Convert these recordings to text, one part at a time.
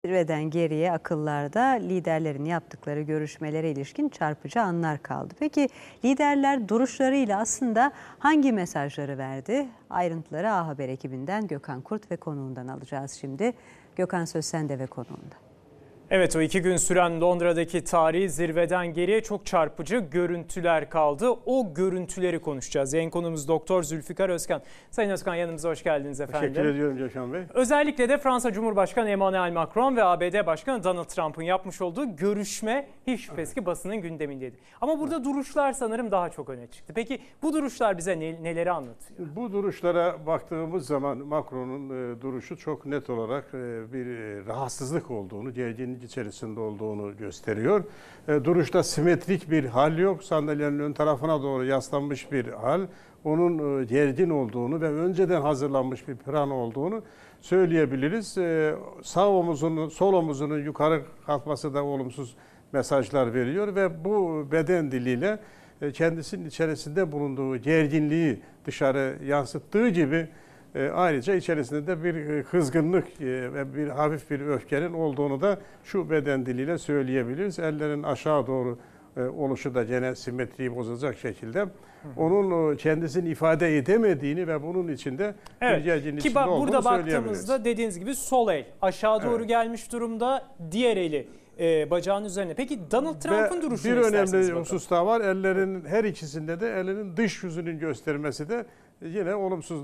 Zirveden geriye akıllarda liderlerin yaptıkları görüşmelere ilişkin çarpıcı anlar kaldı. Peki liderler duruşlarıyla aslında hangi mesajları verdi? Ayrıntıları A Haber ekibinden Gökhan Kurt ve konuğundan alacağız şimdi. Gökhan, söz sende ve konuğunda. Evet, o 2 gün süren Londra'daki tarihi zirveden geriye çok çarpıcı görüntüler kaldı. O görüntüleri konuşacağız. Yayın konuğumuz Doktor Zülfikar Özkan. Sayın Özkan, yanımıza hoş geldiniz efendim. Teşekkür ediyorum Gökhan Bey. Özellikle de Fransa Cumhurbaşkanı Emmanuel Macron ve ABD Başkanı Donald Trump'ın yapmış olduğu görüşme hiç şüphesiz ki basının gündemindeydi. Ama burada duruşlar sanırım daha çok öne çıktı. Peki bu duruşlar bize neleri anlatıyor? Bu duruşlara baktığımız zaman Macron'un duruşu çok net olarak bir rahatsızlık olduğunu, gerginlik içerisinde olduğunu gösteriyor. Duruşta simetrik bir hal yok. Sandalyenin ön tarafına doğru yaslanmış bir hal. Onun gergin olduğunu ve önceden hazırlanmış bir plan olduğunu söyleyebiliriz. Sağ omuzunun, sol omuzunun yukarı kalkması da olumsuz mesajlar veriyor ve bu beden diliyle kendisinin içerisinde bulunduğu gerginliği dışarı yansıttığı gibi ayrıca içerisinde de bir kızgınlık ve bir hafif bir öfkenin olduğunu da şu beden diliyle söyleyebiliriz. Ellerin aşağı doğru oluşu da gene simetriyi bozacak şekilde onun kendisini ifade edemediğini ve bunun içinde bir gerginlik içinde olduğunu burada söyleyebiliriz. baktığımızda dediğiniz gibi sol el aşağı doğru gelmiş durumda, diğer eli bacağın üzerine. Peki Donald Trump'ın duruşunu bir isterseniz önemli bakalım. husus daha var. Ellerin her ikisinde de elinin dış yüzünün göstermesi de yine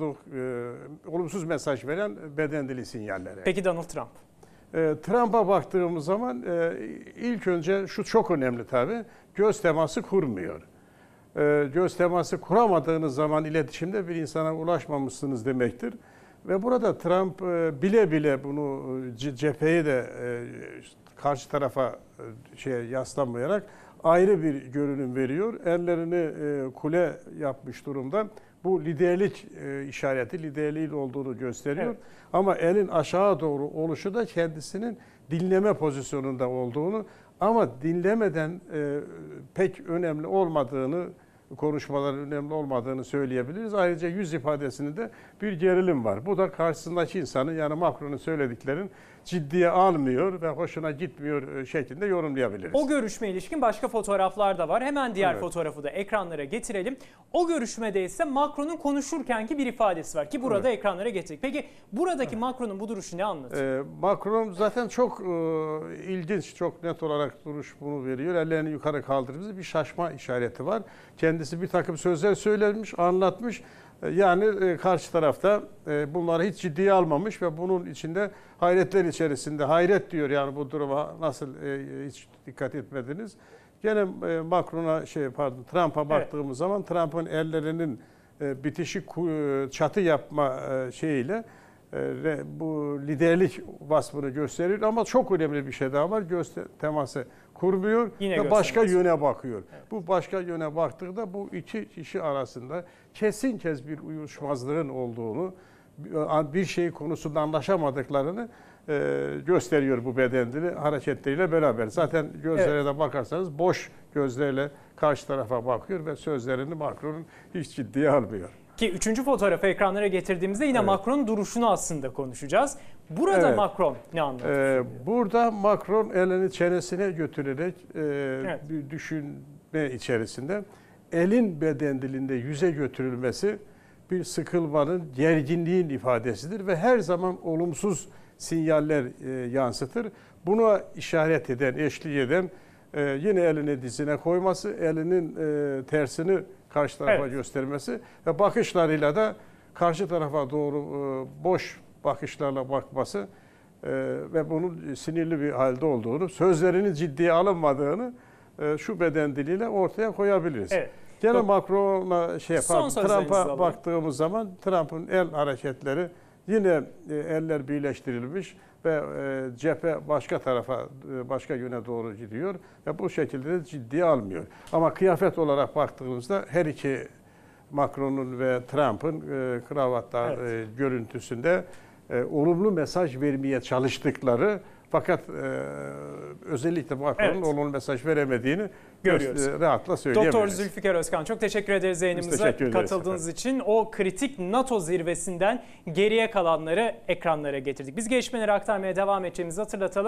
olumsuz mesaj veren beden dili sinyalleri. Peki Donald Trump? Trump'a baktığımız zaman ilk önce şu çok önemli tabii. Göz teması kurmuyor. Göz teması kuramadığınız zaman iletişimde bir insana ulaşmamışsınız demektir. Ve burada Trump bile bile bunu cepheyi de karşı tarafa yaslanmayarak ayrı bir görünüm veriyor. Ellerini kule yapmış durumda. Bu liderlik işareti, liderliğin olduğunu gösteriyor. Evet. Ama elin aşağı doğru oluşu da kendisinin dinleme pozisyonunda olduğunu ama dinlemeden pek önemli olmadığını, konuşmaların önemli olmadığını söyleyebiliriz. Ayrıca yüz ifadesinde de bir gerilim var. Bu da karşısındaki insanın, yani Macron'un söylediklerini ciddiye almıyor ve hoşuna gitmiyor şeklinde yorumlayabiliriz. O görüşme ilişkin başka fotoğraflar da var. Hemen diğer fotoğrafı da ekranlara getirelim. O görüşmede ise Macron'un konuşurkenki bir ifadesi var ki burada ekranlara getirdik. Peki buradaki Macron'un bu duruşu ne anlatıyor? Macron zaten çok ilginç, çok net olarak duruş bunu veriyor. Ellerini yukarı kaldırmış, bir şaşma işareti var. Kendisi bir takım sözler söylemiş, anlatmış. Yani karşı tarafta bunları hiç ciddiye almamış ve bunun içinde hayretler içerisinde, hayret diyor yani bu duruma nasıl hiç dikkat etmediniz. Gene Macron'a Trump'a baktığımız zaman Trump'ın ellerinin bitişik çatı yapma şeyiyle bu liderlik vasfını gösteriyor ama çok önemli bir şey daha var. Göz teması kurmuyor ve başka yöne bakıyor. Evet. Bu başka yöne baktığında bu iki kişi arasında kesin bir uyuşmazlığın olduğunu, bir şey konusunda anlaşamadıklarını gösteriyor bu beden dili hareketleriyle beraber. Zaten gözlere de bakarsanız boş gözlerle karşı tarafa bakıyor ve sözlerini Macron'un hiç ciddiye almıyor. Ki 3. fotoğrafı ekranlara getirdiğimizde yine Macron'un duruşunu aslında konuşacağız. Burada Macron ne anlatıyor? Burada Macron elini çenesine götürerek bir düşünme içerisinde elin beden dilinde yüze götürülmesi bir sıkılmanın, gerginliğin ifadesidir ve her zaman olumsuz sinyaller yansıtır. Buna işaret eden, eşlik eden yine elini dizine koyması, elinin tersini karşı tarafa göstermesi ve bakışlarıyla da karşı tarafa doğru boş bakışlarla bakması ve bunun sinirli bir halde olduğunu, sözlerinin ciddiye alınmadığını şu beden diliyle ortaya koyabiliriz. Evet. Gene Macron'a Trump'a baktığımız zaman Trump'ın el hareketleri yine eller birleştirilmiş ve cephe başka tarafa, başka yöne doğru gidiyor ve bu şekilde de ciddiye almıyor. Ama kıyafet olarak baktığımızda her iki Macron'un ve Trump'ın kravatta görüntüsünde olumlu mesaj vermeye çalıştıkları fakat özellikle Macron'un olumlu mesaj veremediğini görüyoruz. Rahatla söyleyebiliriz. Doktor Zülfikar Özkan, çok teşekkür ederiz yayınımıza katıldığınız için. O kritik NATO zirvesinden geriye kalanları ekranlara getirdik. Biz gelişmeleri aktarmaya devam edeceğimizi hatırlatalım.